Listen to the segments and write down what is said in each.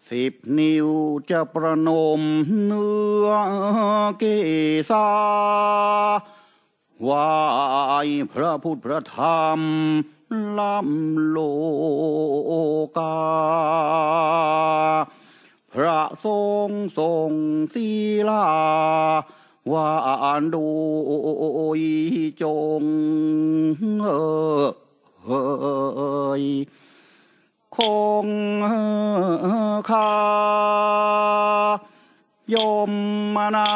10 นิ้วจะประนมเนื้อเกศาวายพระพุทธพระธรรมล้ำโลกาพระสงฆ์ทรงศีลาวานโดยจงคงคายมมนา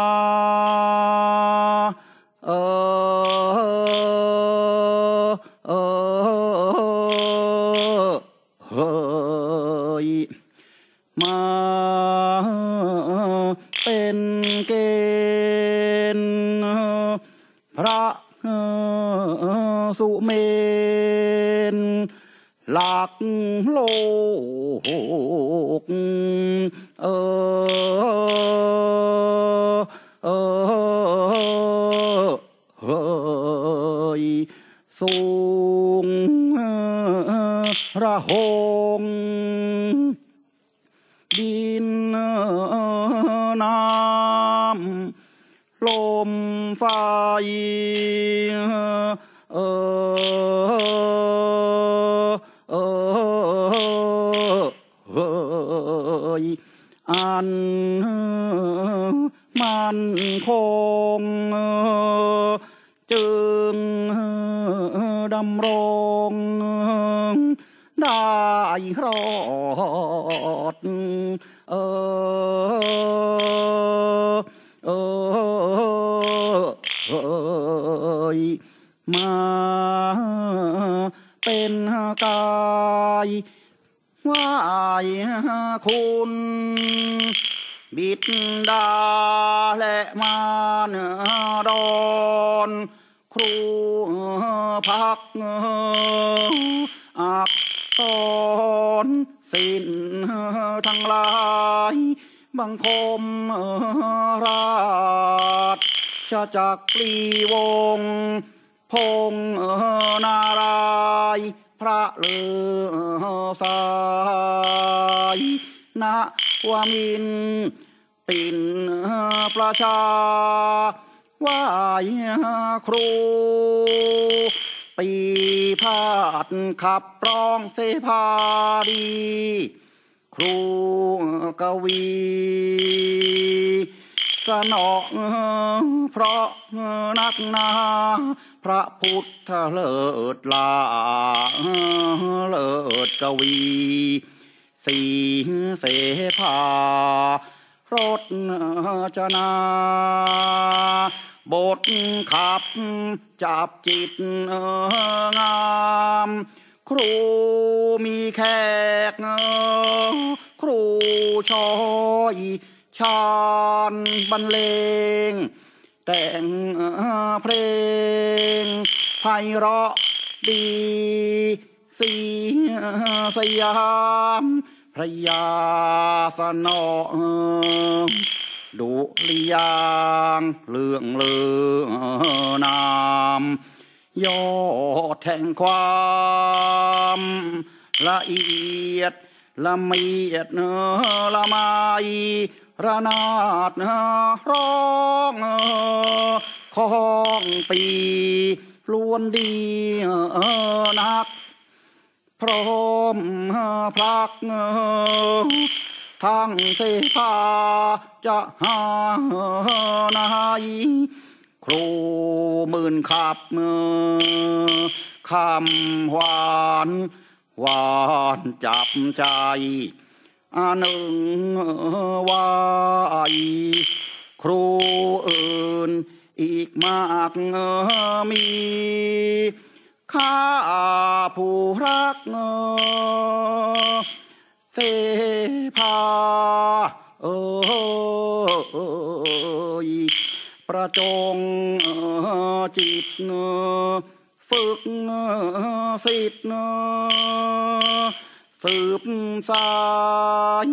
มาเป็นเกณฑ์พระสุเมนหลักโลกสูงระหงดินน้ำลมไฟอันมันคงจึงดำรงได้รอดมาเป็นกายไหว้คุณบิดาและมารดอนครูพักอักษรศิลป์ทั้งหลายบังคมราชจักรีวงศ์พงษ์นารายณ์พระฤาษีณวมินทร์ปิ่นประชาไหว้ครูปีพาดขับร้องเสภาดีครูกวีสนอเพราะนักนาพระพุทธเลิศลาเลิศกวีสีเสภารจนาบทขับจับจิตงามครูมีแขกครูชอยชานบรรเลงแต่งเพลงไพเราะดีสีสยามพระยาสนอดุริยางเรื่องเลือนามยอดแห่งความละเอียดละเมียดละไมระนาดร้องของปีล้วนดีนักพร้อมพลักทั้งเสภาจะหานายครูหมื่นขับคำหวานหวานจับใจหนึ่งวายครูอื่นอีกมากมีข้าผู้รักเสภาประจงจิตฝึกสิทธิ์สืบสาย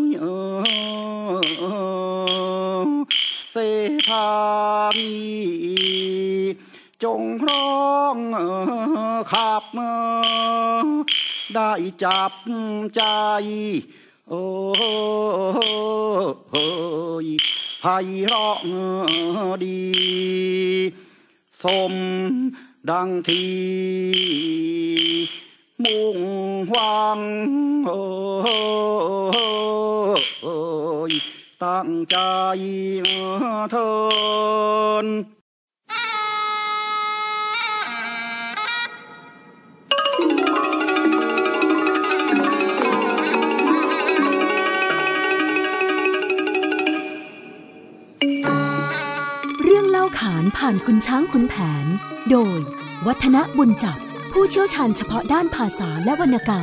เสภามีจงร้องขับได้จับใจโอ้ยไพเราะดีสมดังที่มุ่งหวังตั้งใจเทินเรื่องเล่าขานผ่านคุณช้างขุนแผนโดยวัฒนบุญจับผู้เชี่ยวชาญเฉพาะด้านภาษาและวรรณกรรม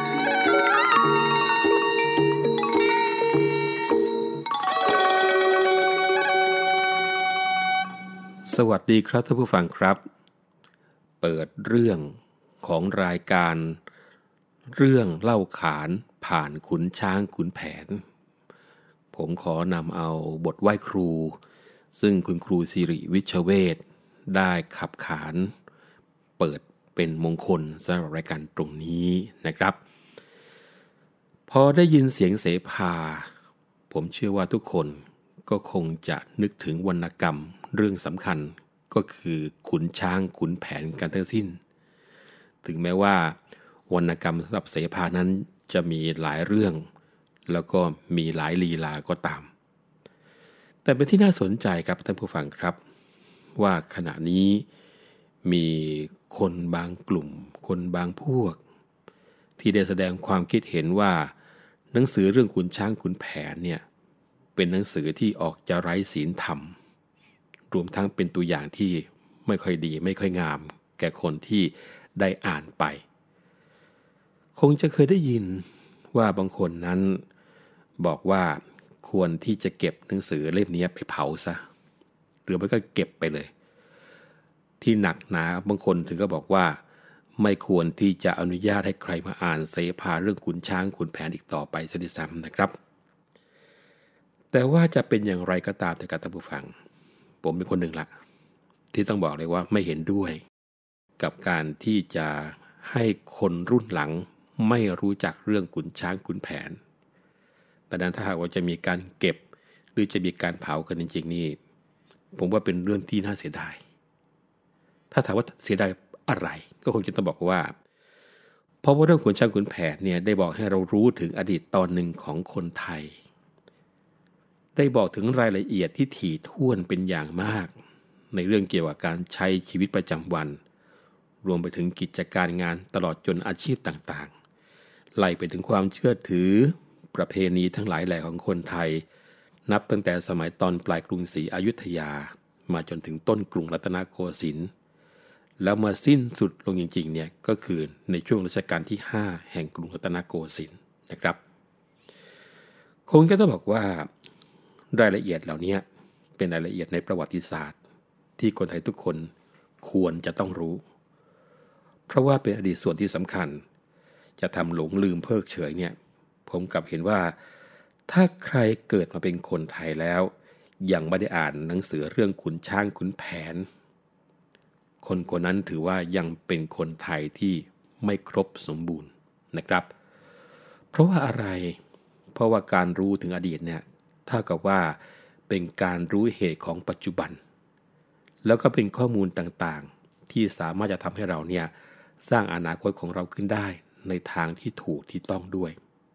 สวัสดีครับท่านผู้ฟังครับเปิดเรื่องของรายการเรื่องเล่าขานผ่านขุนช้างขุนแผนผมขอนำเอาบทไหว้ครูซึ่งคุณครูสิริวิชเวชได้ขับขานเปิดเป็นมงคลสำหรับรายการตรงนี้นะครับพอได้ยินเสียงเสภาผมเชื่อว่าทุกคนก็คงจะนึกถึงวรรณกรรมเรื่องสำคัญก็คือขุนช้างขุนแผนกันทั้งสิ้นถึงแม้ว่าวรรณกรรมสำหรับเสภานั้นจะมีหลายเรื่องแล้วก็มีหลายลีลาก็ตามแต่เป็นที่น่าสนใจครับท่านผู้ฟังครับว่าขณะนี้มีคนบางกลุ่มคนบางพวกที่ได้แสดงความคิดเห็นว่าหนังสือเรื่องขุนช้างขุนแผนเนี่ยเป็นหนังสือที่ออกจะไร้ศีลธรรมรวมทั้งเป็นตัวอย่างที่ไม่ค่อยดีไม่ค่อยงามแก่คนที่ได้อ่านไปคงจะเคยได้ยินว่าบางคนนั้นบอกว่าควรที่จะเก็บหนังสือเล่มนี้ไปเผาซะหรือไม่ก็เก็บไปเลยที่หนักหนาบางคนถึงก็บอกว่าไม่ควรที่จะอนุญาตให้ใครมาอ่านเสภาเรื่องขุนช้างขุนแผนอีกต่อไปซะด้วยซ้ำนะครับแต่ว่าจะเป็นอย่างไรก็ตามแต่กับท่านผู้ฟังผมเป็นคนหนึ่งละที่ต้องบอกเลยว่าไม่เห็นด้วยกับการที่จะให้คนรุ่นหลังไม่รู้จักเรื่องขุนช้างขุนแผนแต่นั้นถ้าหากว่าจะมีการเก็บหรือจะมีการเผากันจริงๆนี่ผมว่าเป็นเรื่องที่น่าเสียดายถ้าถามว่าเสียดายอะไรก็คงจะต้องบอกว่าเพราะว่าเรื่องขุนช้างขุนแผนเนี่ยได้บอกให้เรารู้ถึงอดีตตอนหนึ่งของคนไทยได้บอกถึงรายละเอียดที่ถี่ถ้วนเป็นอย่างมากในเรื่องเกี่ยวกับการใช้ชีวิตประจำวันรวมไปถึงกิจการงานตลอดจนอาชีพต่างๆไล่ไปถึงความเชื่อถือประเพณีทั้งหลายแหล่ของคนไทยนับตั้งแต่สมัยตอนปลายกรุงศรีอยุธยามาจนถึงต้นกรุงรัตนโกสินทร์แล้วมาสิ้นสุดลงจริงๆเนี่ยก็คือในช่วงรัชกาลที่5แห่งกรุงรัตนโกสินทร์นะครับคงจะต้องบอกว่ารายละเอียดเหล่านี้เป็นรายละเอียดในประวัติศาสตร์ที่คนไทยทุกคนควรจะต้องรู้เพราะว่าเป็นอดีตส่วนที่สำคัญจะทำหลงลืมเพิกเฉยเนี่ยผมกลับเห็นว่าถ้าใครเกิดมาเป็นคนไทยแล้วยังไม่ได้อ่านหนังสือเรื่องขุนช้างขุนแผนคนคนนั้นถือว่ายังเป็นคนไทยที่ไม่ครบสมบูรณ์นะครับเพราะว่าอะไรเพราะว่าการรู้ถึงอดีตเนี่ยเท่ากับว่าเป็นการรู้เหตุของปัจจุบันแล้วก็เป็นข้อมูลต่างๆที่สามารถจะทำให้เราเนี่ยสร้างอนาคตของเราขึ้นได้ในทางที่ถูกที่ต้องด้วย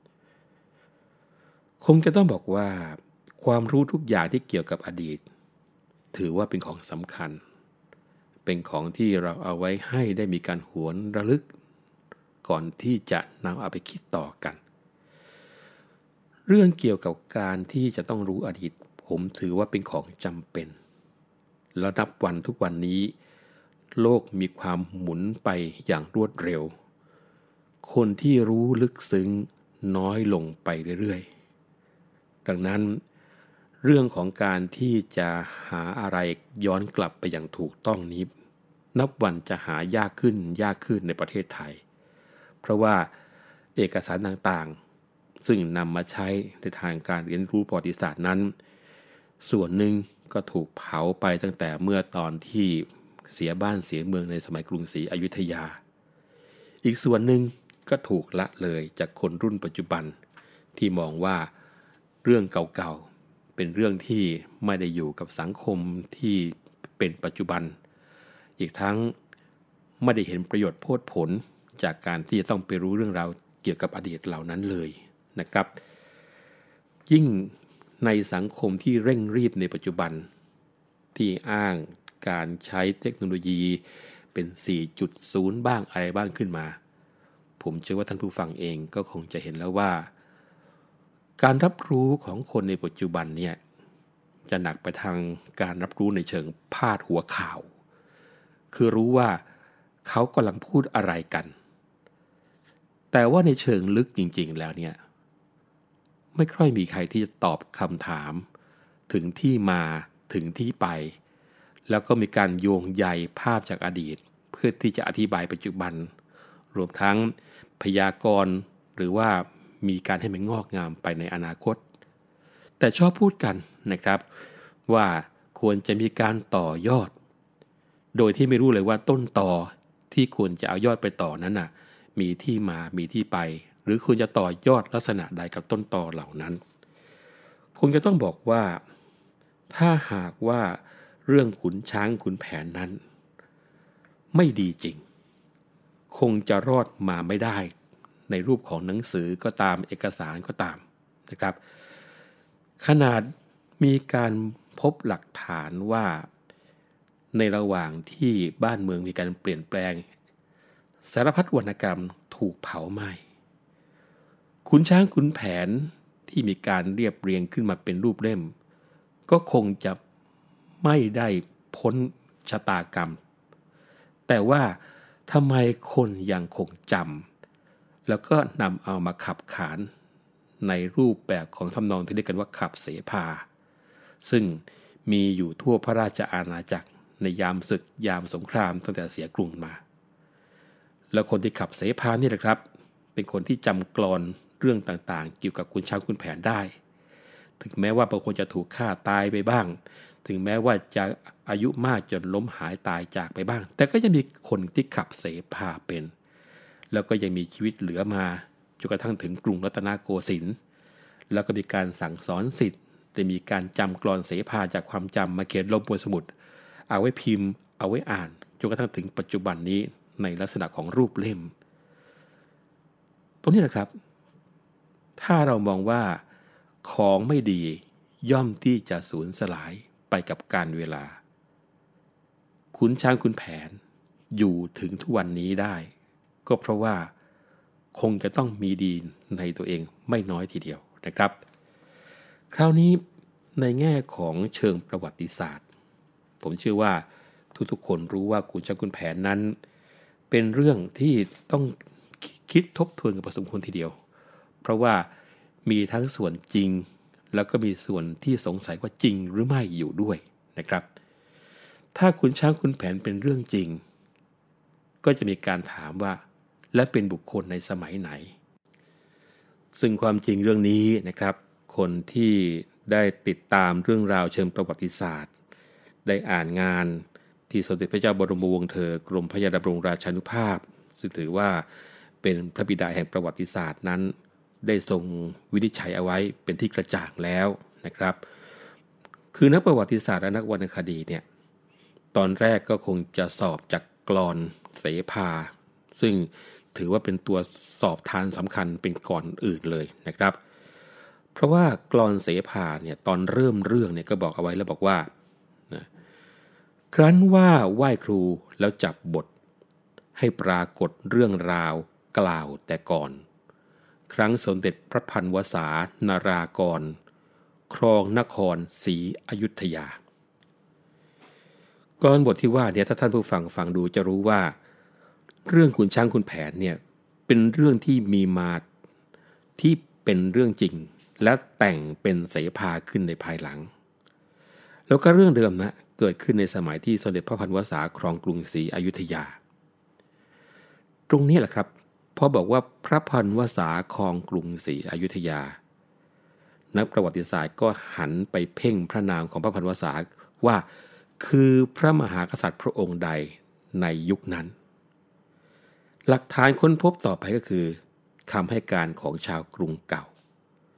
คงจะต้องบอกว่าความรู้ทุกอย่างที่เกี่ยวกับอดีตถือว่าเป็นของสำคัญเป็นของที่เราเอาไว้ให้ได้มีการหวนระลึกก่อนที่จะนำเอาไปคิดต่อกันเรื่องเกี่ยวกับการที่จะต้องรู้อดีตผมถือว่าเป็นของจำเป็นแล้วนับวันทุกวันนี้โลกมีความหมุนไปอย่างรวดเร็วคนที่รู้ลึกซึ้งน้อยลงไปเรื่อยๆดังนั้นเรื่องของการที่จะหาอะไรย้อนกลับไปอย่างถูกต้องนี้นับวันจะหายากขึ้นในประเทศไทยเพราะว่าเอกสารต่างๆซึ่งนำมาใช้ในทางการเรียนรู้ประวัติศาสตร์นั้นส่วนหนึ่งก็ถูกเผาไปตั้งแต่เมื่อตอนที่เสียบ้านเสียเมืองในสมัยกรุงศรีอยุธยาอีกส่วนหนึ่งก็ถูกละเลยจากคนรุ่นปัจจุบันที่มองว่าเรื่องเก่าๆเป็นเรื่องที่ไม่ได้อยู่กับสังคมที่เป็นปัจจุบันอีกทั้งไม่ได้เห็นประโยชน์โพดผลจากการที่จะต้องไปรู้เรื่องราวเกี่ยวกับอดีตเหล่านั้นเลยนะครับยิ่งในสังคมที่เร่งรีบในปัจจุบันที่อ้างการใช้เทคโนโลยีเป็น 4.0 บ้างอะไรบ้างขึ้นมาผมเชื่อว่าท่านผู้ฟังเองก็คงจะเห็นแล้วว่าการรับรู้ของคนในปัจจุบันเนี่ยจะหนักไปทางการรับรู้ในเชิงพาดหัวข่าวคือรู้ว่าเขากำลังพูดอะไรกันแต่ว่าในเชิงลึกจริงๆแล้วเนี่ยไม่ค่อยมีใครที่จะตอบคำถามถึงที่มาถึงที่ไปแล้วก็มีการโยงใยภาพจากอดีตเพื่อที่จะอธิบายปัจจุบันรวมทั้งพยากรณ์หรือว่ามีการให้มันงอกงามไปในอนาคตแต่ชอบพูดกันนะครับว่าควรจะมีการต่อยอดโดยที่ไม่รู้เลยว่าต้นตอที่ควรจะเอายอดไปต่อนั้นน่ะมีที่มามีที่ไปหรือควรจะต่อยอดลักษณะใดกับต้นตอเหล่านั้นคงจะต้องบอกว่าถ้าหากว่าเรื่องขุนช้างขุนแผนนั้นไม่ดีจริงคงจะรอดมาไม่ได้ในรูปของหนังสือก็ตามเอกสารก็ตามนะครับขนาดมีการพบหลักฐานว่าในระหว่างที่บ้านเมืองมีการเปลี่ยนแปลงสารพัดวรรณกรรมถูกเผาไหม้ขุนช้างขุนแผนที่มีการเรียบเรียงขึ้นมาเป็นรูปเล่มก็คงจะไม่ได้พ้นชะตากรรมแต่ว่าทำไมคนยังคงจำแล้วก็นำเอามาขับขานในรูปแบบของทำนองที่เรียกกันว่าขับเสภาซึ่งมีอยู่ทั่วพระราชอาณาจักรในยามศึกยามสงครามตั้งแต่เสียกรุงมาแล้วคนที่ขับเสภานี่แหละครับเป็นคนที่จำกลอนเรื่องต่างๆเกี่ยวกับขุนช้างขุนแผนได้ถึงแม้ว่าบางคนจะถูกฆ่าตายไปบ้างถึงแม้ว่าจะอายุมากจนล้มหายตายจากไปบ้างแต่ก็ยังมีคนที่ขับเสภาเป็นแล้วก็ยังมีชีวิตเหลือมาจนกระทั่งถึงกรุงรัตนโกสินทร์แล้วก็มีการสั่งสอนศิษย์ได้มีการจำกลอนเสภาจากความจำมาเขียนลงบนสมุดเอาไว้พิมพ์เอาไว้อ่านจนกระทั่งถึงปัจจุบันนี้ในลักษณะของรูปเล่มตรงนี้แหละครับถ้าเรามองว่าของไม่ดีย่อมที่จะสูญสลายไปกับกาลเวลาขุนช้างขุนแผนอยู่ถึงทุกวันนี้ได้ก็เพราะว่าคงจะต้องมีดีในตัวเองไม่น้อยทีเดียวนะครับคราวนี้ในแง่ของเชิงประวัติศาสตร์ผมเชื่อว่าทุกๆคนรู้ว่าขุนช้างขุนแผนนั้นเป็นเรื่องที่ต้องคิดทบทวนกันพอสมควรทีเดียวเพราะว่ามีทั้งส่วนจริงแล้วก็มีส่วนที่สงสัยว่าจริงหรือไม่อยู่ด้วยนะครับถ้าขุนช้างขุนแผนเป็นเรื่องจริงก็จะมีการถามว่าและเป็นบุคคลในสมัยไหนซึ่งความจริงเรื่องนี้นะครับคนที่ได้ติดตามเรื่องราวเชิงประวัติศาสตร์ได้อ่านงานที่สมเด็จพระเจ้าบรมวงศ์เธอกรมพระยาดำรงราชานุภาพซึ่งถือว่าเป็นพระบิดาแห่งประวัติศาสตร์นั้นได้ทรงวินิจฉัยเอาไว้เป็นที่กระจ่างแล้วนะครับคือนักประวัติศาสตร์และนักวรรณคดีเนี่ยตอนแรกก็คงจะสอบจากกลอนเสภาซึ่งถือว่าเป็นตัวสอบทานสำคัญเป็นก่อนอื่นเลยนะครับเพราะว่ากลอนเสภาเนี่ยตอนเริ่มเรื่องเนี่ยก็บอกเอาไว้แล้วบอกว่าครั้นว่าไหว้ครูแล้วจับบทให้ปรากฏเรื่องราวกล่าวแต่ก่อนครั้งสมเด็จพระพันวษานารากรครองนครศรีอยุธยากลอนบทที่ว่าเนี่ยถ้าท่านผู้ฟังดูจะรู้ว่าเรื่องขุนช้างขุนแผนเนี่ยเป็นเรื่องที่มีมาที่เป็นเรื่องจริงและแต่งเป็นเสภาขึ้นในภายหลังแล้วก็เรื่องเดิมนะเกิดขึ้นในสมัยที่สมเด็จพระพันวษาครองกรุงศรีอยุธยาตรงนี้แหละครับพอบอกว่าพระพันวษาครองกรุงศรีอยุธยานักประวัติศาสตร์ก็หันไปเพ่งพระนามของพระพันวษาว่าคือพระมหากษัตริย์พระองค์ใดในยุคนั้นหลักฐานค้นพบต่อไปก็คือคำให้การของชาวกรุงเก่า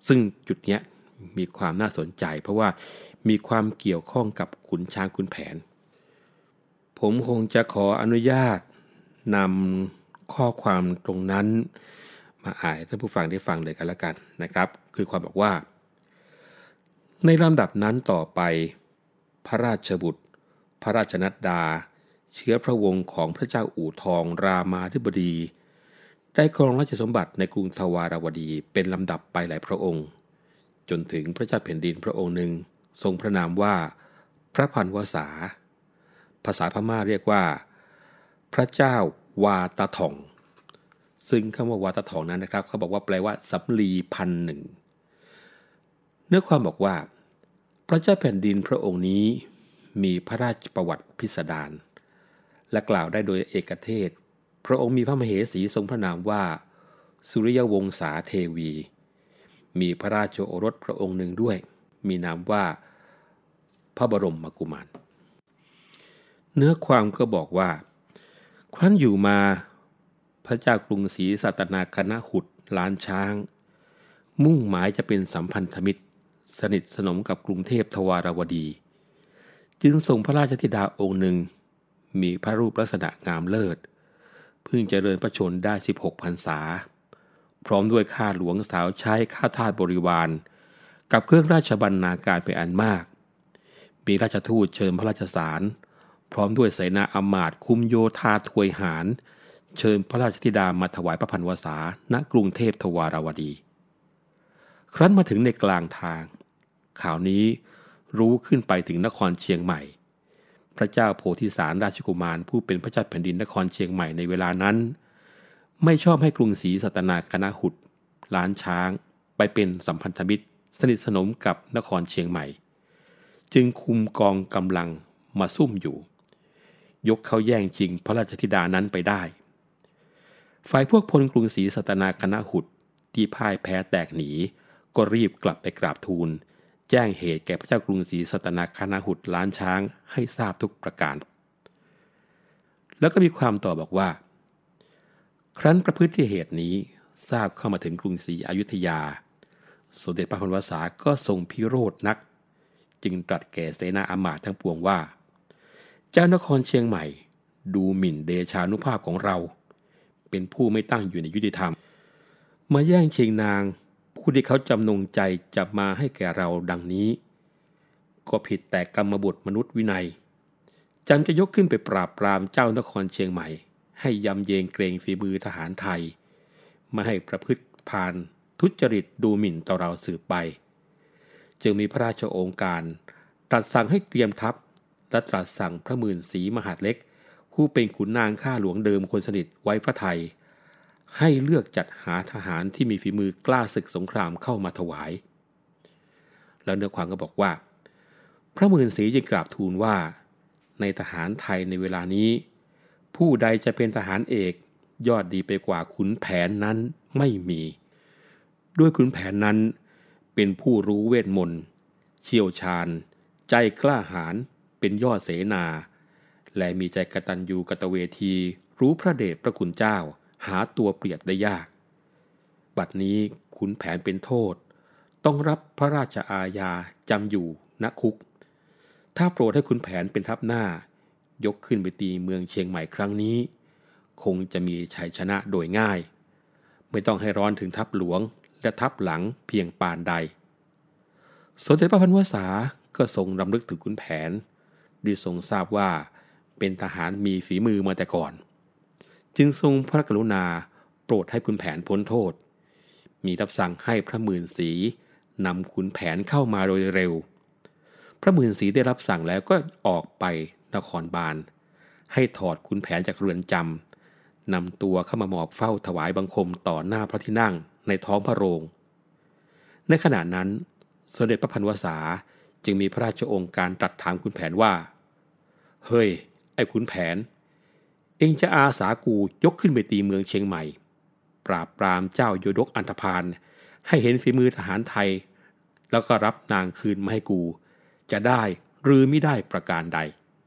ซึ่งจุดเนี้ยมีความน่าสนใจเพราะว่ามีความเกี่ยวข้องกับขุนช้างขุนแผนผมคงจะขออนุญาตนำข้อความตรงนั้นมาอ่านให้ท่านผู้ฟังได้ฟังเลยกันแล้วกันนะครับคือความบอกว่าในลำดับนั้นต่อไปพระราชบุตรพระราชนัดดาเชื้อพระวงศ์ของพระเจ้าอู่ทองรามาธิบดีได้ครองราชสมบัติในกรุงทวารวดีเป็นลำดับไปหลายพระองค์จนถึงพระเจ้าแผ่นดินพระองค์หนึ่งทรงพระนามว่าพระพันวษาภาษาพม่าเรียกว่าพระเจ้าวาตะถ่องซึ่งคำว่าวาตะถ่องนั้นนะครับเขาบอกว่าแปลว่าสำลีพันหนึ่งเนื้อความบอกว่าพระเจ้าแผ่นดินพระองค์นี้มีพระราชประวัติพิสดารและกล่าวได้โดยเอกเทศพระองค์มีพระมเหสีทรงพระนามว่าสุริยวงศาเทวีมีพระราชโอรสพระองค์หนึ่งด้วยมีนามว่าพระบรมกุมารเนื้อความก็บอกว่าครั้นอยู่มาพระเจ้ากรุงศรีสัตนาคณหุตล้านช้างมุ่งหมายจะเป็นสัมพันธมิตรสนิทสนมกับกรุงเทพทวารวดีจึงส่งพระราชธิดาองค์หนึ่งมีพระรูปลักษณะงามเลิศเพิ่งเจริญพระชนได้16 พรรษาพร้อมด้วยข้าหลวงสาวใช้ข้าทาสบริวารกับเครื่องราชบรรณาการเป็นอันมากมีราชทูตเชิญพระราชสารพร้อมด้วยเสนาอมาตย์คุมโยธาถวยหารเชิญพระราชธิดามาถวายพระพันวษาณกรุงเทพทวารวดีครั้นมาถึงในกลางทางข่าวนี้รู้ขึ้นไปถึงนครเชียงใหม่พระเจ้าโพธิสารราชกุมารผู้เป็นพระเจ้าแผ่นดินนครเชียงใหม่ในเวลานั้นไม่ชอบให้กรุงศรีสัตนาคณหุตล้านช้างไปเป็นสัมพันธมิตรสนิทสนมกับนครเชียงใหม่จึงคุมกองกำลังมาซุ่มอยู่ยกเข้าแย่งชิงพระราชธิดานั้นไปได้ฝ่ายพวกพลกรุงศรีสัตนาคณหุตที่พ่ายแพ้แตกหนีก็รีบกลับไปกราบทูลแจ้งเหตุแก่พระเจ้ากรุงศรีสัตนาคณหุตล้านช้างให้ทราบทุกประการแล้วก็มีความต่อบอกว่าครั้นประพฤติเหตุนี้ทราบเข้ามาถึงกรุงศรีอยุธยาสมเด็จพระพันวษาก็ทรงพิโรธนักจึงตรัสแก่เสนาอมาตย์ทั้งปวงว่าเจ้านครเชียงใหม่ดูหมิ่นเดชานุภาพของเราเป็นผู้ไม่ตั้งอยู่ในยุติธรรมมาแย่งชิงนางผู้ที่เขาจำนงใจจะมาให้แก่เราดังนี้ก็ผิดแต่กรรมบุตรมนุษย์วินัยจำจะยกขึ้นไปปราบปรามเจ้านครเชียงใหม่ให้ยำเยงเกรงฝีมือทหารไทยไม่ให้ประพฤติพาลทุจริตดูหมิ่นต่อเราสืบไปจึงมีพระราชโองการตรัสสั่งให้เตรียมทัพและตรัสสั่งพระหมื่นศรีมหาดเล็กผู้เป็นขุนนางข้าหลวงเดิมคนสนิทไว้พระทัยให้เลือกจัดหาทหารที่มีฝีมือกล้าศึกสงครามเข้ามาถวายแล้วเนื้อความก็บอกว่าพระหมื่นศรีจึงกราบทูลว่าในทหารไทยในเวลานี้ผู้ใดจะเป็นทหารเอกยอดดีไปกว่าขุนแผนนั้นไม่มีด้วยขุนแผนนั้นเป็นผู้รู้เวทมนต์เชี่ยวชาญใจกล้าหาญเป็นยอดเสนาและมีใจกตัญญูกตเวทีรู้พระเดชพระคุณเจ้าหาตัวเปรียบได้ยากบัดนี้ขุนแผนเป็นโทษต้องรับพระราชอาญาจำอยู่ณคุกถ้าโปรดให้ขุนแผนเป็นทัพหน้ายกขึ้นไปตีเมืองเชียงใหม่ครั้งนี้คงจะมีชัยชนะโดยง่ายไม่ต้องให้ร้อนถึงทัพหลวงและทัพหลังเพียงปานใดสมเด็จพระพันวษาก็ทรงรำลึกถึงขุนแผนด้วยทรงทราบว่าเป็นทหารมีฝีมือมาแต่ก่อนจึงทรงพระกรุณาโปรดให้ขุนแผนพ้นโทษมีรับสั่งให้พระหมื่นศรีนำขุนแผนเข้ามาโดยเร็วพระหมื่นศรีได้รับสั่งแล้วก็ออกไปนครบาลให้ถอดขุนแผนจากเรือนจำนำตัวเข้ามาหมอบเฝ้าถวายบังคมต่อหน้าพระที่นั่งในท้องพระโรงในขณะนั้นสมเด็จพระพันวษาจึงมีพระราชโองการตรัสถามขุนแผนว่าเฮ้ยไอ้ขุนแผนเอ็งจะอาสากูยกขึ้นไปตีเมืองเชียงใหม่ปราบปรามเจ้าโยดกอันธพาลให้เห็นฝีมือทหารไทยแล้วก็รับนางคืนมาให้กูจะได้หรือไม่ได้ประการใด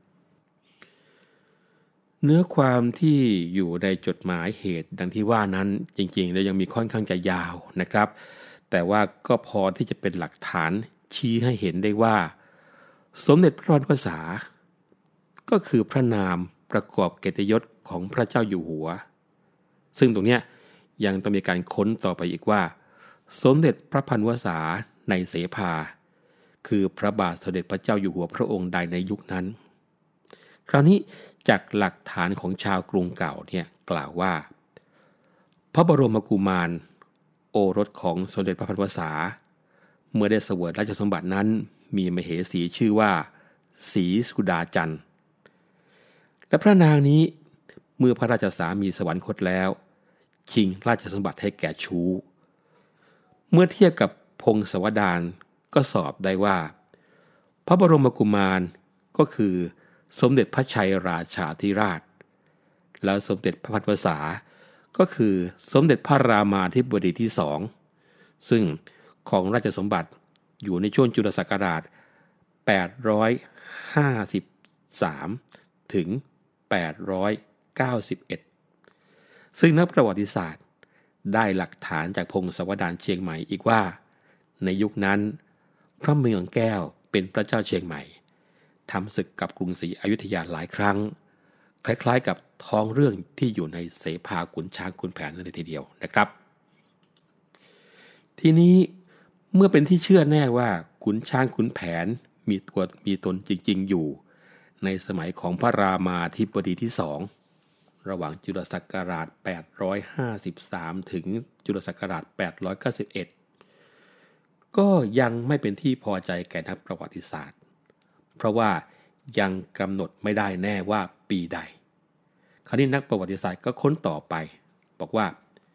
เนื้อความที่อยู่ในจดหมายเหตุดังที่ว่านั้นจริงๆแล้วยังมีค่อนข้างจะยาวนะครับแต่ว่าก็พอที่จะเป็นหลักฐานชี้ให้เห็นได้ว่าสมเด็จพระบรมภาษาก็คือพระนามประกอบเกียรติยศของพระเจ้าอยู่หัวซึ่งตรงเนี้ยยังต้องมีการค้นต่อไปอีกว่าสมเด็จพระพันวษาในเสภาคือพระบาทสมเด็จพระเจ้าอยู่หัวพระองค์ใดในยุคนั้นคราวนี้จากหลักฐานของชาวกรุงเก่าเนี่ยกล่าวว่าพระบรมกุมารโอรสของสมเด็จพระพันวษาเมื่อได้เสวยราชสมบัตินั้นมีมเหสีชื่อว่าศรีสุดาจันทร์และพระนางนี้เมื่อพระราชสามีสวรรคตแล้วชิงราชสมบัติให้แก่ชู้เมื่อเทียบกับพงศาวดารก็สอบได้ว่าพระบรมกุมารก็คือสมเด็จพระชัยราชาธิราชแล้วสมเด็จพระพันวษาก็คือสมเด็จพระรามาธิบดีที่สองซึ่งของราชสมบัติอยู่ในช่วงจุลศักราช853ถึง891ซึ่งนักประวัติศาสตร์ได้หลักฐานจากพงศาวดารเชียงใหม่อีกว่าในยุคนั้นพระเมืองแก้วเป็นพระเจ้าเชียงใหม่ทำศึกกับกรุงศรีอยุธยาหลายครั้งคล้ายๆกับท้องเรื่องที่อยู่ในเสภาขุนช้างขุนแผนนั่นเลยทีเดียวนะครับทีนี้เมื่อเป็นที่เชื่อแน่ว่าขุนช้างขุนแผนมีตนจริงๆอยู่ในสมัยของพระรามาธิบดีที่สองระหว่างจุลศักราช853ถึงจุลศักราช891ก็ยังไม่เป็นที่พอใจแก่นักประวัติศาสตร์เพราะว่ายังกำหนดไม่ได้แน่ว่าปีใดคราวนี้นักประวัติศาสตร์ก็ค้นต่อไปบอกว่า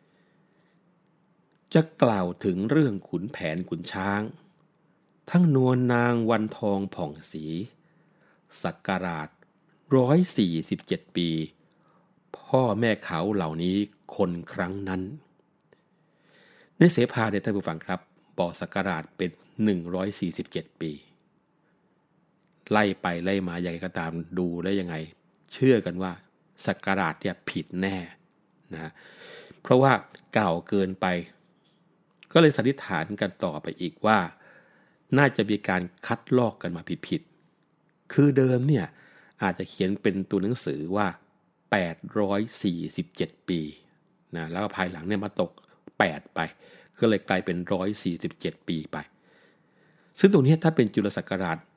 จะกล่าวถึงเรื่องขุนแผนขุนช้างทั้งนวลนางวันทองผ่องศรีศักราช147ปีพ่อแม่เขาเหล่านี้คนครั้งนั้นในเสภาเนี่ยท่านผู้ฟังครับบอกศักราชเป็น147ปีไล่ไปไล่มาอย่างไรก็ตามดูได้ยังไงเชื่อกันว่าศักราชเนี่ยผิดแน่นะเพราะว่าเก่าเกินไปก็เลยสันนิษฐานกันต่อไปอีกว่าน่าจะมีการคัดลอกกันมาผิดๆคือเดิมเนี่ยอาจจะเขียนเป็นตัวหนังสือว่า847ปีนะแล้วก็ภายหลังเนี่ยมาตก8ไปก็เลยกลายเป็น147ปีไปซึ่งตรงนี้ถ้าเป็นจุลศักราช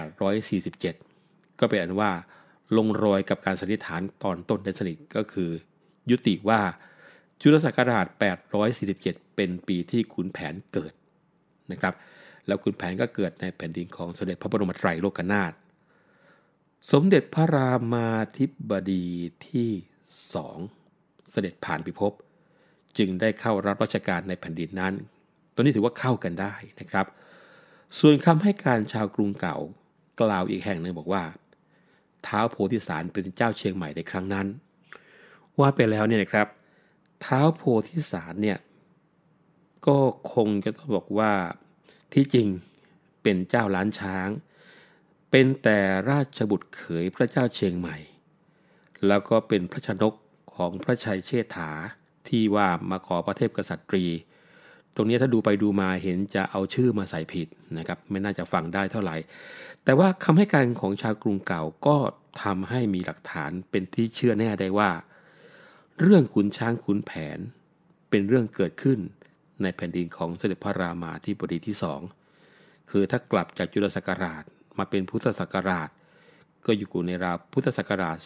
847ก็เป็นอันว่าลงรอยกับการสันนิษฐานตอนต้นได้สนิทก็คือยุติว่าจุลศักราช847เป็นปีที่ขุนแผนเกิดนะครับแล้วขุนแผนก็เกิดในแผ่นดินของสมเด็จพระบรมไตรโลกนาถสมเด็จพระรามาธิบดีที่2เสด็จผ่านพิภพจึงได้เข้ารับราชการในแผ่นดินนั้นตัวนี้ถือว่าเข้ากันได้นะครับส่วนคำให้การชาวกรุงเก่ากล่าวอีกแห่งหนึ่งบอกว่าท้าวโพธิสารเป็นเจ้าเชียงใหม่ในครั้งนั้นว่าไปแล้วเนี่ยนะครับท้าวโพธิสารเนี่ยก็คงจะต้องบอกว่าที่จริงเป็นเจ้าล้านช้างเป็นแต่ราชบุตรเขยพระเจ้าเชียงใหม่แล้วก็เป็นพระชนกของพระชัยเชษฐาที่ว่ามาขอพระเทพกษัตริย์ตรงนี้ถ้าดูไปดูมาเห็นจะเอาชื่อมาใส่ผิดนะครับไม่น่าจะฟังได้เท่าไหร่แต่ว่าคำให้การของชาวกรุงเก่าก็ทำให้มีหลักฐานเป็นที่เชื่อแน่ได้ว่าเรื่องขุนช้างขุนแผนเป็นเรื่องเกิดขึ้นในแผ่นดินของเสด็จพระรามาธิบดีที่สองคือถ้ากลับจากจุลศักราชมาเป็นพุทธศักราชก็อยู่ในราวพุทธศักราช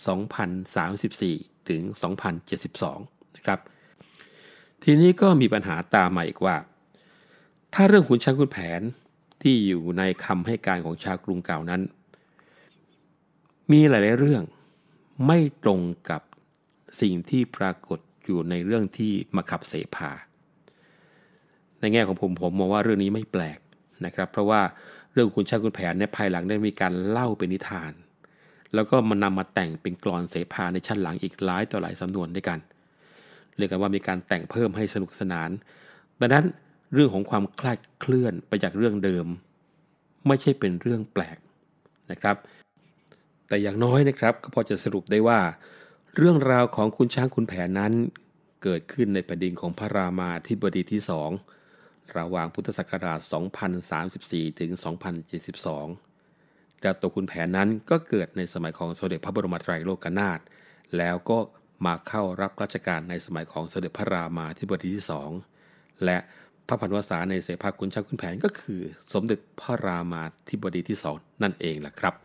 2034ถึง2072นะครับทีนี้ก็มีปัญหาตามมาอีกว่าถ้าเรื่องขุนช้างขุนแผนที่อยู่ในคำให้การของชาวกรุงเก่านั้นมีหลายๆเรื่องไม่ตรงกับสิ่งที่ปรากฏอยู่ในเรื่องที่มาขับเสภาในแง่ของผมมองว่าเรื่องนี้ไม่แปลกนะครับเพราะว่าเรื่องขุนช้างขุนแผนในภายหลังได้มีการเล่าเป็นนิทานแล้วก็มันนำมาแต่งเป็นกลอนเสภาในชั้นหลังอีกหลายต่อหลายสำนวนด้วยกันเรียกกันว่ามีการแต่งเพิ่มให้สนุกสนานดังนั้นเรื่องของความคลาดเคลื่อนไปจากเรื่องเดิมไม่ใช่เป็นเรื่องแปลกนะครับแต่อย่างน้อยนะครับก็พอจะสรุปได้ว่าเรื่องราวของขุนช้างขุนแผนนั้นเกิดขึ้นในแผ่นดินของพระรามาธิบดีที่สองระหว่างพุทธศักราช 2034 ถึง 2072 แต่ตัวขุนแผนนั้นก็เกิดในสมัยของสมเด็จพระบรมไตรโลกนาถแล้วก็มาเข้ารับราชการในสมัยของสมเด็จพระรามาธิบดีที่ 2และพระพันวษาในเสภาขุนช้างขุนแผนก็คือสมเด็จพระรามาธิบดีที่ 2นั่นเองล่ะครับ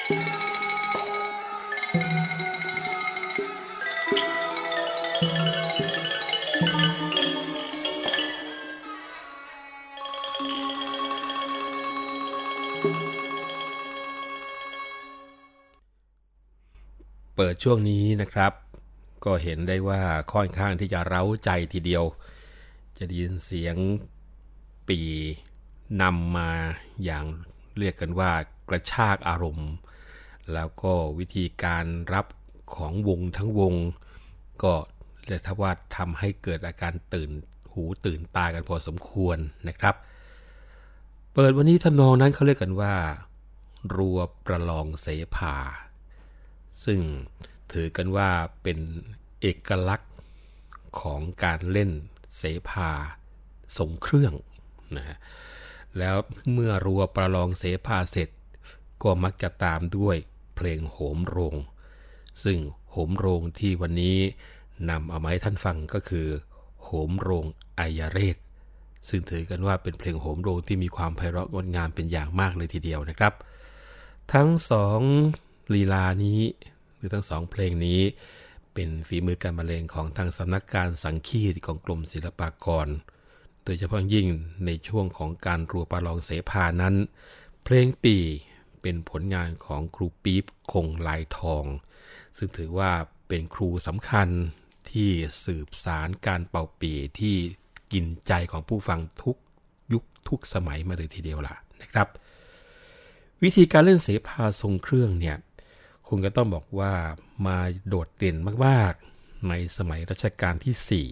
เปิดช่วงนี้นะครับก็เห็นได้ว่าค่อนข้างที่จะเร้าใจทีเดียวจะได้ยินเสียงปี่นำมาอย่างเรียกกันว่ากระชากอารมณ์แล้วก็วิธีการรับของวงทั้งวงก็เรียกว่าทำให้เกิดอาการตื่นหูตื่นตากันพอสมควรนะครับเปิดวันนี้ทำนองนั้นเขาเรียกกันว่ารัวประลองเสภาซึ่งถือกันว่าเป็นเอกลักษณ์ของการเล่นเสภาทรงเครื่องนะแล้วเมื่อรัวประลองเสภาเสร็จก็มักจะตามด้วยเพลงโหมโรงซึ่งโหมโรงที่วันนี้นำเอามาให้ท่านฟังก็คือโหมโรงอัยเรศซึ่งถือกันว่าเป็นเพลงโหมโรงที่มีความไพเราะงดงามเป็นอย่างมากเลยทีเดียวนะครับทั้งสองลีลานี้หรือทั้งสองเพลงนี้เป็นฝีมือการบรรเลงของทางสำนักการสังคีตของกรมศิลปากรโดยเฉพาะยิ่งในช่วงของการรัวประลองเสภานั้นเพลงปีเป็นผลงานของครูปี๊บคงลายทองซึ่งถือว่าเป็นครูสำคัญที่สืบสารการเป่าปีที่กินใจของผู้ฟังทุกยุคทุกสมัยมาเลยทีเดียวล่ะนะครับวิธีการเล่นเสภาทรงเครื่องเนี่ยคงก็ต้องบอกว่ามาโดดเด่นมากๆในสมัยรัชกาลที่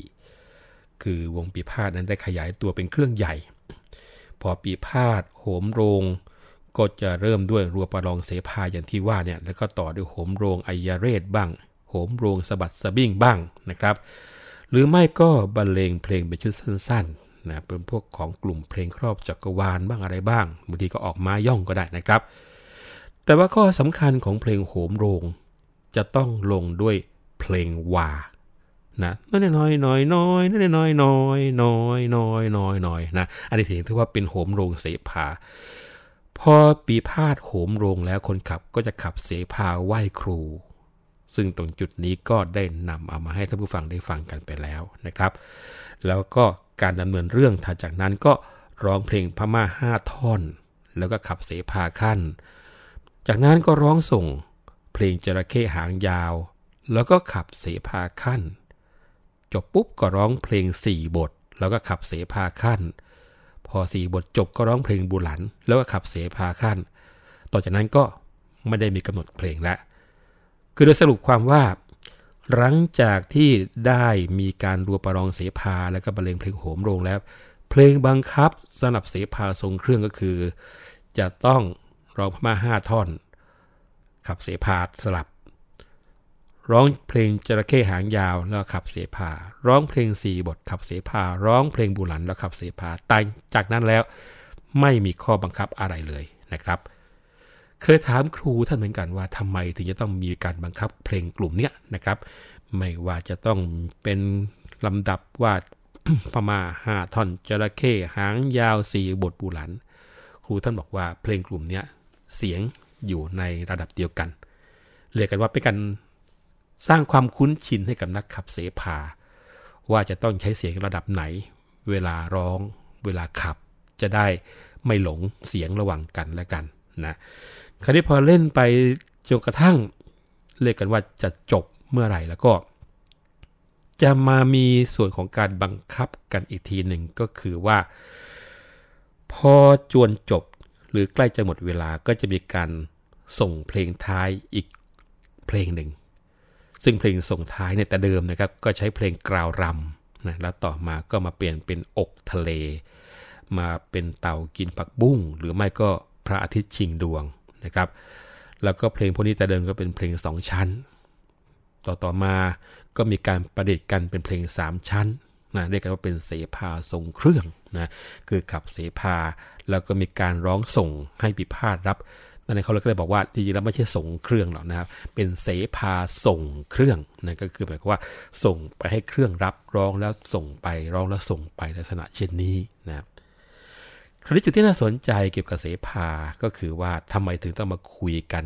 4คือวงปีพาทย์นั้นได้ขยายตัวเป็นเครื่องใหญ่พอปีพาทย์โหมโรงก็จะเริ่มด้วยรัวประลองเสภาอย่างที่ว่าเนี่ยแล้วก็ต่อด้วยโหมโรงอัยเรศบ้างโหมโรงสะบัดสะบิ้งบ้างนะครับหรือไม่ก็บรรเลงเพลงเป็นชุดสั้นๆนะเป็นพวกของกลุ่มเพลงครอบจักรวาลบ้างอะไรบ้างบางทีก็ออกมาย่องก็ได้นะครับแต่ว่าข้อสำคัญของเพลงโหมโรงจะต้องลงด้วยเพลงวานะน้อยน้อยน้อยน้อยน้อยน้อยน้อยน้อยน้อยน้อยนะอันนี้ถือว่าเป็นโหมโรงเสภาพอปีพาทย์โหมโรงแล้วคนขับก็จะขับเสภาไหว้ครูซึ่งตรงจุดนี้ก็ได้นำเอามาให้ท่านผู้ฟังได้ฟังกันไปแล้วนะครับแล้วก็การดำเนินเรื่องถัดจากนั้นก็ร้องเพลงพม่า5ท่อนแล้วก็ขับเสภาขั้นจากนั้นก็ร้องส่งเพลงจระเข้หางยาวแล้วก็ขับเสภาขั้นจบปุ๊บก็ร้องเพลง4บทแล้วก็ขับเสภาขั้นพอ4บทจบก็ร้องเพลงบุหลันแล้วก็ขับเสภาขั้นต่อจากนั้นก็ไม่ได้มีกำหนดเพลงแล้วคือโดยสรุปความว่าหลังจากที่ได้มีการรัวประลองเสภาแล้วก็บรรเลงเพลงโหมโรงแล้วเพลงบังคับสำหรับเสภาทรงเครื่องก็คือจะต้องร้องพม่า5ท่อนขับเสภาสลับร้องเพลงจระเข้หางยาวแล้วขับเสภาร้องเพลง4บทขับเสภาร้องเพลงบุหลันแล้วขับเสภาแต่จากนั้นแล้วไม่มีข้อบังคับอะไรเลยนะครับเคยถามครูท่านเหมือนกันว่าทำไมถึงจะต้องมีการบังคับเพลงกลุ่มนี้นะครับไม่ว่าจะต้องเป็นลำดับว่า พม่า5ท่อนจระเข้หางยาว4บทบุหลันครูท่านบอกว่าเพลงกลุ่มนี้เสียงอยู่ในระดับเดียวกันเรียกกันว่าเป็นการสร้างความคุ้นชินให้กับนักขับเสภาว่าจะต้องใช้เสียงระดับไหนเวลาร้องเวลาขับจะได้ไม่หลงเสียงระหว่างกันและกันนะคราวนี้พอเล่นไปจนกระทั่งเรียกกันว่าจะจบเมื่อไหร่แล้วก็จะมามีส่วนของการบังคับกันอีกทีหนึ่งก็คือว่าพอจวนจบหรือใกล้จะหมดเวลาก็จะมีการส่งเพลงท้ายอีกเพลงหนึ่งซึ่งเพลงส่งท้ายเนี่ยแต่เดิมนะครับก็ใช้เพลงกราวรำนะแล้วต่อมาก็มาเปลี่ยนเป็นอกทะเลมาเป็นเต่ากินผักบุ้งหรือไม่ก็พระอาทิตย์ชิงดวงนะครับแล้วก็เพลงพวกนี้แต่เดิมก็เป็นเพลง2ชั้นต่อมาก็มีการประดิษฐ์กันเป็นเพลง3ชั้นนะเรียกกันว่าเป็นเสภาทรงเครื่องนะคือขับเสภาแล้วก็มีการร้องส่งให้ปีพาทย์รับนั่นเองเขาเลยก็เลยบอกว่าจริงๆแล้วไม่ใช่ส่งเครื่องหรอกนะครับเป็นเสภาส่งเครื่องนั่นก็คือหมายความว่าส่งไปให้เครื่องรับร้องแล้วส่งไปร้องแล้วส่งไปลักษณะเช่นนี้นะครับคราวนี้จุดที่น่าสนใจเกี่ยวกับเสภาก็คือว่าทำไมถึงต้องมาคุยกัน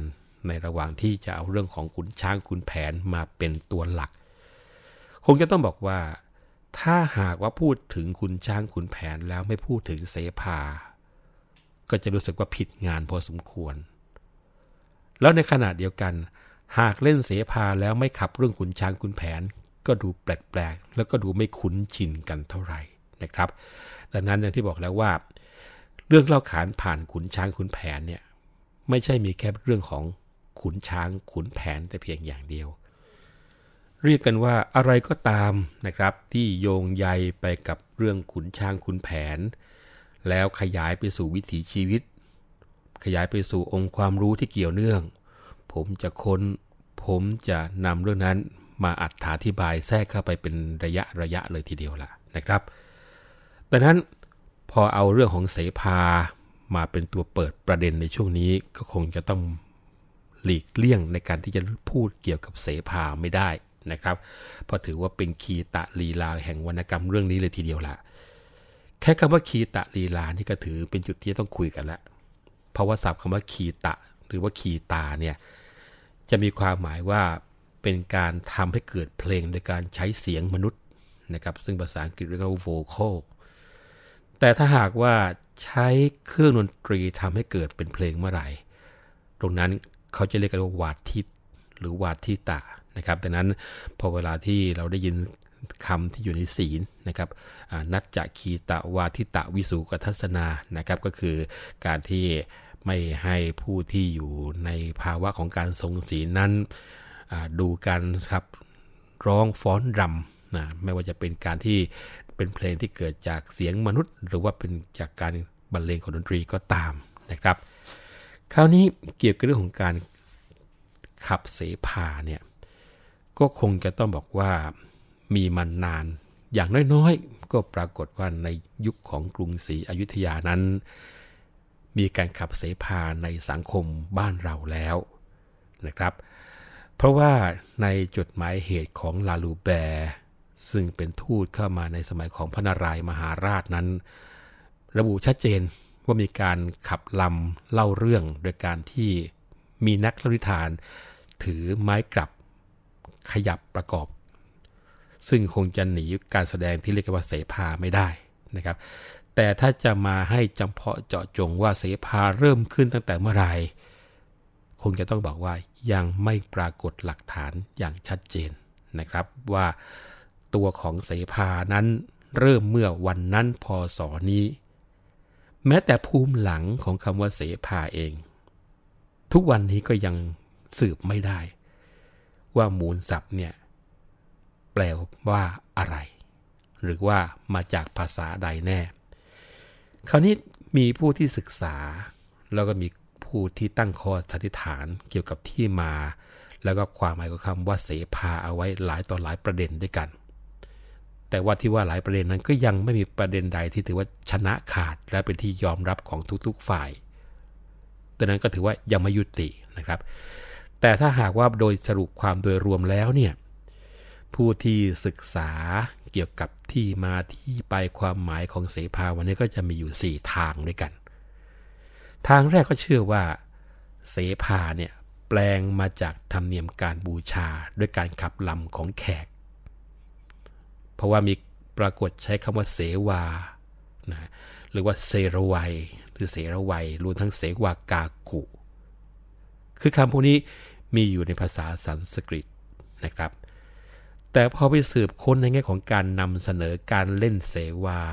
ในระหว่างที่จะเอาเรื่องของขุนช้างขุนแผนมาเป็นตัวหลักคงจะต้องบอกว่าถ้าหากว่าพูดถึงขุนช้างขุนแผนแล้วไม่พูดถึงเสภาก็จะรู้สึกว่าผิดงานพอสมควรแล้วในขณะเดียวกันหากเล่นเสภาแล้วไม่ขับเรื่องขุนช้างขุนแผนก็ดูแปลกๆแล้วก็ดูไม่คุ้นชินกันเท่าไหร่นะครับดังนั้นอย่างที่บอกแล้วว่าเรื่องเล่าขานผ่านขุนช้างขุนแผนเนี่ยไม่ใช่มีแค่เรื่องของขุนช้างขุนแผนแต่เพียงอย่างเดียวเรียกกันว่าอะไรก็ตามนะครับที่โยงใยไปกับเรื่องขุนช้างขุนแผนแล้วขยายไปสู่วิถีชีวิตขยายไปสู่องค์ความรู้ที่เกี่ยวเนื่องผมจะนำเรื่องนั้นมาอธิบายแทรกเข้าไปเป็นระยะเลยทีเดียวล่ะนะครับดังนั้นพอเอาเรื่องของเสภามาเป็นตัวเปิดประเด็นในช่วงนี้ก็คงจะต้องหลีกเลี่ยงในการที่จะพูดเกี่ยวกับเสภาไม่ได้นะครับเพราะถือว่าเป็นคีตะลีลาแห่งวรรณกรรมเรื่องนี้เลยทีเดียวล่ะแค่คำว่าคีตะลีลานี่ก็ถือเป็นจุดที่ต้องคุยกันละเพราะว่าศัพท์คำว่าคีตะหรือว่าคีตาเนี่ยจะมีความหมายว่าเป็นการทำให้เกิดเพลงโดยการใช้เสียงมนุษย์นะครับซึ่งภาษาอังกฤษเรียกว่า vocal แต่ถ้าหากว่าใช้เครื่องดนตรีทำให้เกิดเป็นเพลงเมื่อไหร่ตรงนั้นเขาจะเรียกกันว่าวาทิตหรือวาทิตะนะครับดังนั้นพอเวลาที่เราได้ยินคำที่อยู่ในศีลนะครับนัจจคีตะวาทิตะวิสุกทัสนานะครับก็คือการที่ไม่ให้ผู้ที่อยู่ในภาวะของการทรงศีลนั้นดูการครับร้องฟ้อนรำนะไม่ว่าจะเป็นการที่เป็นเพลงที่เกิดจากเสียงมนุษย์หรือว่าเป็นจากการบรรเลงของดนตรีก็ตามนะครับคราวนี้เกี่ยวกับเรื่องของการขับเสภาเนี่ยก็คงจะต้องบอกว่ามีมานานอย่างน้อยๆก็ปรากฏว่าในยุคของกรุงศรีอยุธยานั้นมีการขับเสภาในสังคมบ้านเราแล้วนะครับเพราะว่าในจดหมายเหตุของลาลูแบร์ซึ่งเป็นทูตเข้ามาในสมัยของพระนารายมหาราชนั้นระบุชัดเจนว่ามีการขับลำเล่าเรื่องโดยการที่มีนักเล่านิทานถือไม้กลับขยับประกอบซึ่งคงจะหนีการแสดงที่เรียกว่าเสภาไม่ได้นะครับแต่ถ้าจะมาให้จำเพาะเจาะจงว่าเสภาเริ่มขึ้นตั้งแต่เมื่อไหร่คงจะต้องบอกว่ายังไม่ปรากฏหลักฐานอย่างชัดเจนนะครับว่าตัวของเสภานั้นเริ่มเมื่อวันนั้นพ.ศ.นี้แม้แต่ภูมิหลังของคำว่าเสภาเองทุกวันนี้ก็ยังสืบไม่ได้ว่ามูลศัพท์เนี่ยแปลว่าอะไรหรือว่ามาจากภาษาใดแน่คราวนี้มีผู้ที่ศึกษาแล้วก็มีผู้ที่ตั้งข้อสันนิษฐานเกี่ยวกับที่มาแล้วก็ความหมายของคำว่าเสภาเอาไว้หลายต่อหลายประเด็นด้วยกันแต่ว่าที่ว่าหลายประเด็นนั้นก็ยังไม่มีประเด็นใดที่ถือว่าชนะขาดและเป็นที่ยอมรับของทุกๆฝ่ายดังนั้นก็ถือว่ายังไม่ยุตินะครับแต่ถ้าหากว่าโดยสรุปความโดยรวมแล้วเนี่ยผู้ที่ศึกษาเกี่ยวกับที่มาที่ไปความหมายของเสภาวันนี้ก็จะมีอยู่4ทางด้วยกันทางแรกก็เชื่อว่าเสภาเนี่ยแปลงมาจากธรรมเนียมการบูชาด้วยการขับลำของแขกเพราะว่ามีปรากฏใช้คำว่าเสวานะหรือว่าเสรวัยหรือเสรวัยรวมทั้งเสวากากุคือคำพวกนี้มีอยู่ในภาษาสันสกฤตนะครับแต่พอไปสืบค้นในแง่ของการนำเสนอการเล่นเสวา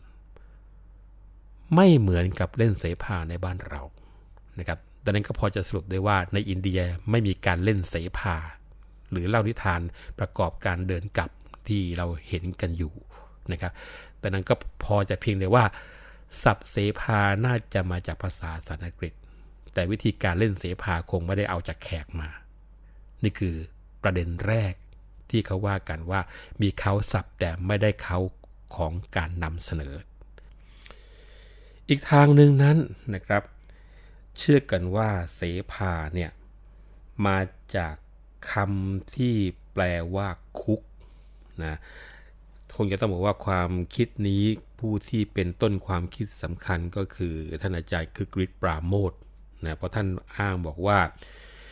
ไม่เหมือนกับเล่นเสภาในบ้านเรานะครับดังนั้นก็พอจะสรุปได้ว่าในอินเดียไม่มีการเล่นเสภาหรือเล่านิทานประกอบการเดินกลับที่เราเห็นกันอยู่นะครับดังนั้นก็พอจะเพียงได้ว่าศัพท์เสภาน่าจะมาจากภาษาสันสกฤตแต่วิธีการเล่นเสภาคงไม่ได้เอาจากแขกมานี่คือประเด็นแรกที่เขาว่ากันว่ามีเขาศัพท์แต่ไม่ได้เขาของการนำเสนออีกทางหนึ่งนั้นนะครับเชื่อกันว่าเสภาเนี่ยมาจากคำที่แปลว่าคุกนะคงจะต้องบอกว่าความคิดนี้ผู้ที่เป็นต้นความคิดสำคัญก็คือท่านอาจารย์คึกฤทธิ์ปราโมทย์นะเพราะท่านอ้างบอกว่า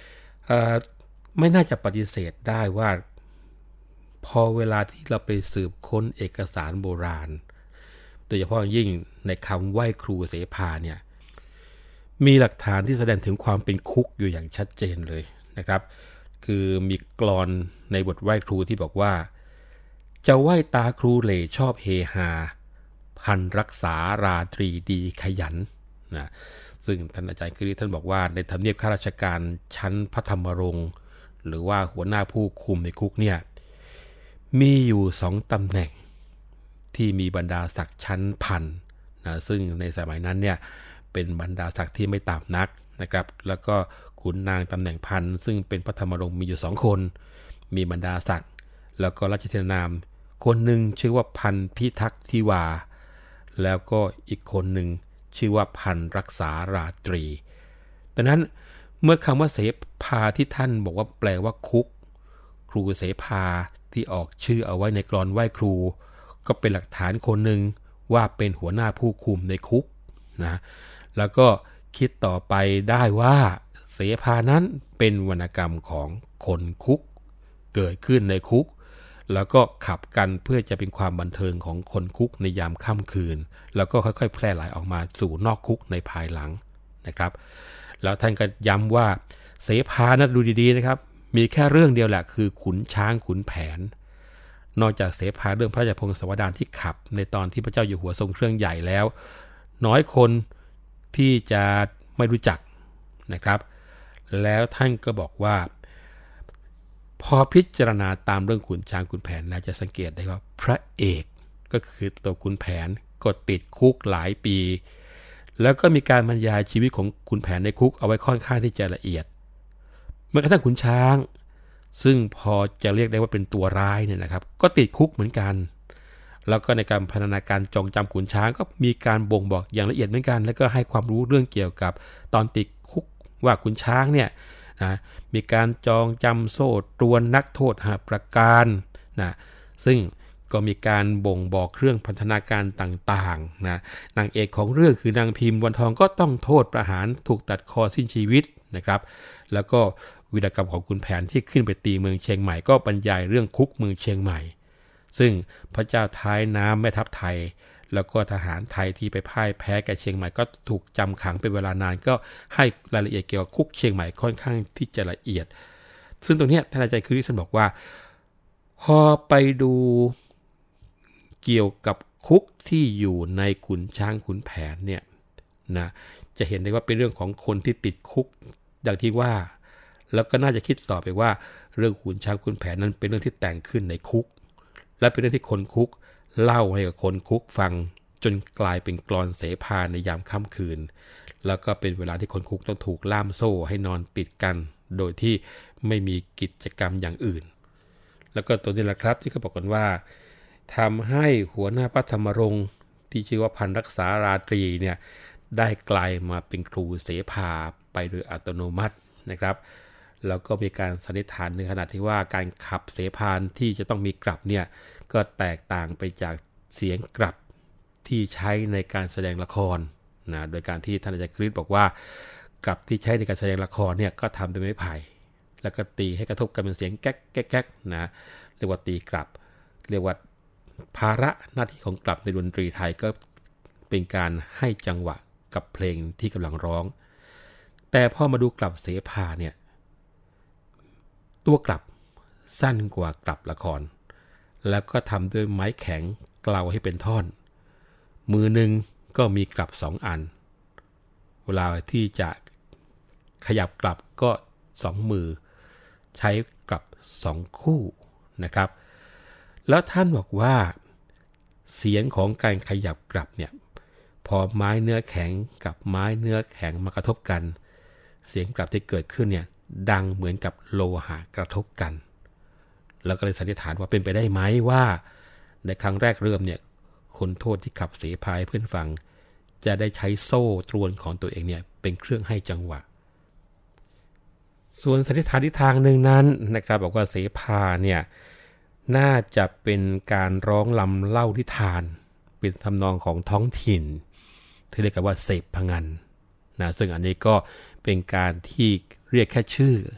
ไม่น่าจะปฏิเสธได้ว่าพอเวลาที่เราไปสืบค้นเอกสารโบราณโดยเฉพาะยิ่งในคำไหว้ครูเสภาเนี่ยมีหลักฐานที่แสดงถึงความเป็นคุกอยู่อย่างชัดเจนเลยนะครับคือมีกลอนในบทไหว้ครูที่บอกว่าจะไหว้ตาครูเหล่ชอบเฮฮาพันรักษาราตรีดีขยันนะซึ่งท่านอาจารย์คริสท่านบอกว่าในทำเนียบข้าราชการชั้นพระธรรมรงค์หรือว่าหัวหน้าผู้คุมในคุกเนี่ยมีอยู่2ตำแหน่งที่มีบรรดาศักดิ์ชั้นพันนะซึ่งในสมัยนั้นเนี่ยเป็นบรรดาศักดิ์ที่ไม่ต่ำนักนะครับแล้วก็ขุนนางตำแหน่งพันซึ่งเป็นพระธรรมรงค์มีอยู่2คนมีบรรดาศักดิ์แล้วก็ราชธินามคนหนึ่งชื่อว่าพันพิทักษ์ทิวาแล้วก็อีกคนหนึ่งชื่อว่าพันรักษาราตรีดังนั้นเมื่อคำว่าเสภาที่ท่านบอกว่าแปลว่าคุกครูเสภาที่ออกชื่อเอาไว้ในกลอนไหว้ครูก็เป็นหลักฐานคนหนึ่งว่าเป็นหัวหน้าผู้คุมในคุกนะแล้วก็คิดต่อไปได้ว่าเสภานั้นเป็นวรรณกรรมของคนคุกเกิดขึ้นในคุกแล้วก็ขับกันเพื่อจะเป็นความบันเทิงของคนคุกในยามค่ำคืนแล้วก็ค่อยๆแพร่หลายออกมาสู่นอกคุกในภายหลังนะครับแล้วท่านก็ย้ำว่าเสภานะดูดีๆนะครับมีแค่เรื่องเดียวแหละคือขุนช้างขุนแผนนอกจากเสภาเรื่องพระราชพงศาวดารที่ขับในตอนที่พระเจ้าอยู่หัวทรงเครื่องใหญ่แล้วน้อยคนที่จะไม่รู้จักนะครับแล้วท่านก็บอกว่าพอพิจารณาตามเรื่องขุนช้างขุนแผนแล้วจะสังเกตได้ว่าพระเอกก็คือตัวขุนแผนก็ติดคุกหลายปีแล้วก็มีการบรรยายชีวิตของขุนแผนในคุกเอาไว้ค่อนข้างที่จะละเอียดแม้กระทั่งขุนช้างซึ่งพอจะเรียกได้ว่าเป็นตัวร้ายเนี่ยนะครับก็ติดคุกเหมือนกันแล้วก็ในการพัฒนาการจองจำขุนช้างก็มีการบ่งบอกอย่างละเอียดเหมือนกันแล้วก็ให้ความรู้เรื่องเกี่ยวกับตอนติดคุกว่าขุนช้างเนี่ยนะมีการจองจำโซ่ตรวนนักโทษหาประการนะซึ่งก็มีการบ่งบอกเครื่องพันธนาการต่างๆนะนางเอกของเรื่องคือนางพิมพ์วันทองก็ต้องโทษประหารถูกตัดคอสิ้นชีวิตนะครับแล้วก็วีรกรรมของขุนแผนที่ขึ้นไปตีเมืองเชียงใหม่ก็บรรยายเรื่องคุกเมืองเชียงใหม่ซึ่งพระเจ้าท้ายน้ำแม่ทัพไทยแล้วก็ทหารไทยที่ไปพ่ายแพ้แก่เชียงใหม่ก็ถูกจำขังเป็นเวลานานก็ให้รายละเอียดเกี่ยวกับคุกเชียงใหม่ค่อนข้างที่จะละเอียดซึ่งตรงนี้ท่านอาจารย์คริสบอกว่าพอไปดูเกี่ยวกับคุกที่อยู่ในขุนช้างขุนแผนเนี่ยนะจะเห็นได้ว่าเป็นเรื่องของคนที่ติดคุกดังที่ว่าแล้วก็น่าจะคิดต่อไปว่าเรื่องขุนช้างขุนแผนนั้นเป็นเรื่องที่แต่งขึ้นในคุกและเป็นเรื่องที่คนคุกเล่าให้กับคนคุกฟังจนกลายเป็นกลอนเสภาในยามค่ำคืนแล้วก็เป็นเวลาที่คนคุกต้องถูกล่ามโซ่ให้นอนติดกันโดยที่ไม่มีกิจกรรมอย่างอื่นแล้วก็ตัวนี้แหละครับที่เขาบอกกันว่าทำให้หัวหน้าพระธรรมรงค์ที่ชื่อว่าพันรักษาราตรีเนี่ยได้กลายมาเป็นครูเสภาไปโดยอัตโนมัตินะครับแล้วก็มีการสันนิษฐานในขณะที่ว่าการขับเสภาที่จะต้องมีกลับเนี่ยก็แตกต่างไปจากเสียงกลับที่ใช้ในการแสดงละครนะโดยการที่ท่านอาจารย์คริสบอกว่ากลับที่ใช้ในการแสดงละครเนี่ยก็ทำด้วยไม้ไผ่แล้วก็ตีให้กระทบกันเป็นเสียงแก๊กแก๊กแก๊กนะเรียกว่าตีกลับเรียกว่าภาระหน้าที่ของกลับในดนตรีไทยก็เป็นการให้จังหวะกับเพลงที่กำลังร้องแต่พอมาดูกลับเสภาเนี่ยตัวกลับสั้นกว่ากลับละครแล้วก็ทำด้วยไม้แข็งเกลาให้เป็นท่อนมือหนึ่งก็มีกลับ2อันเวลาที่จะขยับกลับก็2มือใช้กลับ2คู่นะครับแล้วท่านบอกว่าเสียงของการขยับกลับเนี่ยพอไม้เนื้อแข็งกับไม้เนื้อแข็งมากระทบกันเสียงกลับที่เกิดขึ้นเนี่ยดังเหมือนกับโลหะกระทบกันแล้วก็เลยสันนิษฐานว่าเป็นไปได้ไหมว่าในครั้งแรกเริ่มเนี่ยคนโทษที่ขับเสภาให้เพื่อนฟังจะได้ใช้โซ่ตรวนของตัวเองเนี่ยเป็นเครื่องให้จังหวะส่วนสันนิษฐานที่ทางหนึ่งนั้นนะครับบอกว่าเสภาเนี่ยน่าจะเป็นการร้องลำเล่านิทานเป็นทำนองของท้องถิ่นที่เรียกกันว่าเสพพงันนะซึ่งอันนี้ก็เป็นการที่เรียกแค่ชื่อ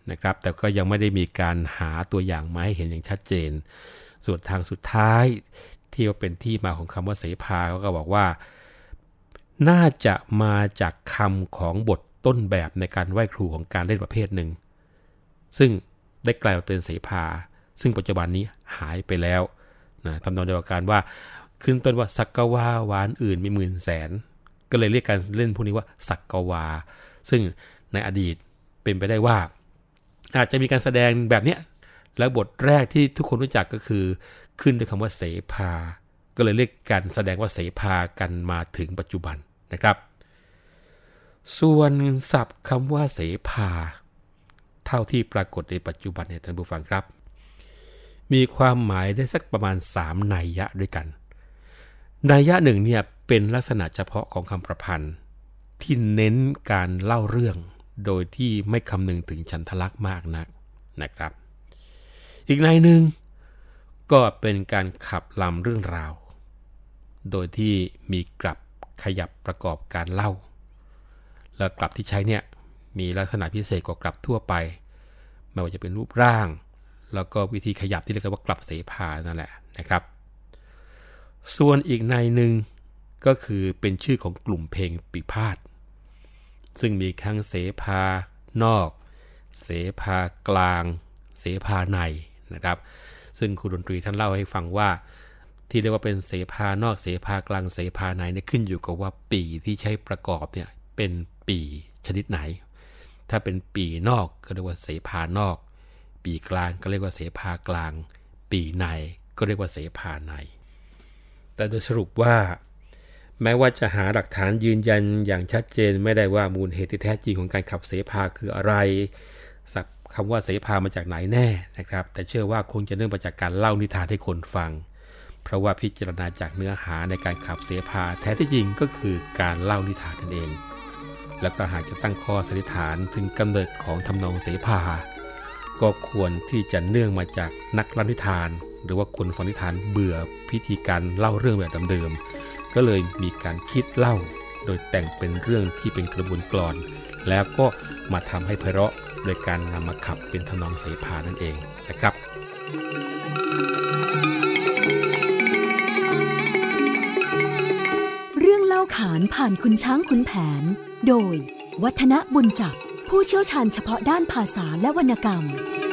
นะครับแต่ก็ยังไม่ได้มีการหาตัวอย่างมาให้เห็นอย่างชัดเจนส่วนทางสุดท้ายที่เป็นที่มาของคำว่าเสภาก็บอกว่าน่าจะมาจากคำของบทต้นแบบในการไหว้ครูของการเล่นประเภทหนึ่งซึ่งได้กลายมาเป็นเสภาซึ่งปัจจุบันนี้หายไปแล้วนะทำนองเดียวกันว่าขึ้นต้นว่าสักกวาหวานอื่นมีหมื่นแสนก็เลยเรียกการเล่นพวกนี้ว่าสักกวาซึ่งในอดีตเป็นไปได้ว่าอาจจะมีการแสดงแบบเนี้ยแล้วบทแรกที่ทุกคนรู้จักก็คือขึ้นด้วยคำว่าเสภาก็เลยเรียกการแสดงว่าเสภากันมาถึงปัจจุบันนะครับส่วนศัพท์คำว่าเสภาเท่าที่ปรากฏในปัจจุบันเนี่ยท่านผู้ฟังครับมีความหมายได้สักประมาณ3นัยยะด้วยกันนัยยะหนึ่งเนี่ยเป็นลักษณะเฉพาะของคำประพันธ์ที่เน้นการเล่าเรื่องโดยที่ไม่คำนึงถึงฉันทลักษณ์มากนักนะครับอีกนัยหนึ่งก็เป็นการขับลำเรื่องราวโดยที่มีกลับขยับประกอบการเล่าแล้วกลับที่ใช้เนี่ยมีลักษณะพิเศษกว่ากลับทั่วไปไม่ว่าจะเป็นรูปร่างแล้วก็วิธีขยับที่เรียกว่ากลับเสภานั่นแหละนะครับส่วนอีกนัยหนึ่งก็คือเป็นชื่อของกลุ่มเพลงปีพาทย์ซึ่งมีทั้งเสภานอกเสภากลางเสภาในนะครับซึ่งครูดนตรีท่านเล่าให้ฟังว่าที่เรียกว่าเป็นเสภานอกเสภากลางเสภาในเนี่ยขึ้นอยู่กับว่าปีที่ใช้ประกอบเนี่ยเป็นปีชนิดไหนถ้าเป็นปีนอกก็เรียกว่าเสภานอกปีกลางก็เรียกว่าเสภากลางปีในก็เรียกว่าเสภาในแต่โดยสรุปว่าแม้ว่าจะหาหลักฐานยืนยันอย่างชัดเจนไม่ได้ว่ามูลเหตุที่แท้จริงของการขับเสภาคืออะไรศัพท์คำว่าเสภามาจากไหนแน่นะครับแต่เชื่อว่าคงจะเนื่องมาจากการเล่านิทานให้คนฟังเพราะว่าพิจารณาจากเนื้อหาในการขับเสภาแท้ที่จริงก็คือการเล่านิทานนั่นเองแล้วก็หากจะตั้งข้อสันนิษฐานถึงกำเนิดของทำนองเสภาก็ควรที่จะเนื่องมาจากนักเล่านิทานหรือว่าคนฟังนิทานเบื่อพิธีการเล่าเรื่องแบบเดิมๆก็เลยมีการคิดเล่าโดยแต่งเป็นเรื่องที่เป็นกระบวนกลอนแล้วก็มาทำให้ไพเราะโดยการนำมาขับเป็นทำนองเสภานั่นเองนะครับเรื่องเล่าขานผ่านคุณช้างคุณแผนโดยวัฒนบุญจับผู้เชี่ยวชาญเฉพาะด้านภาษาและวรรณกรรม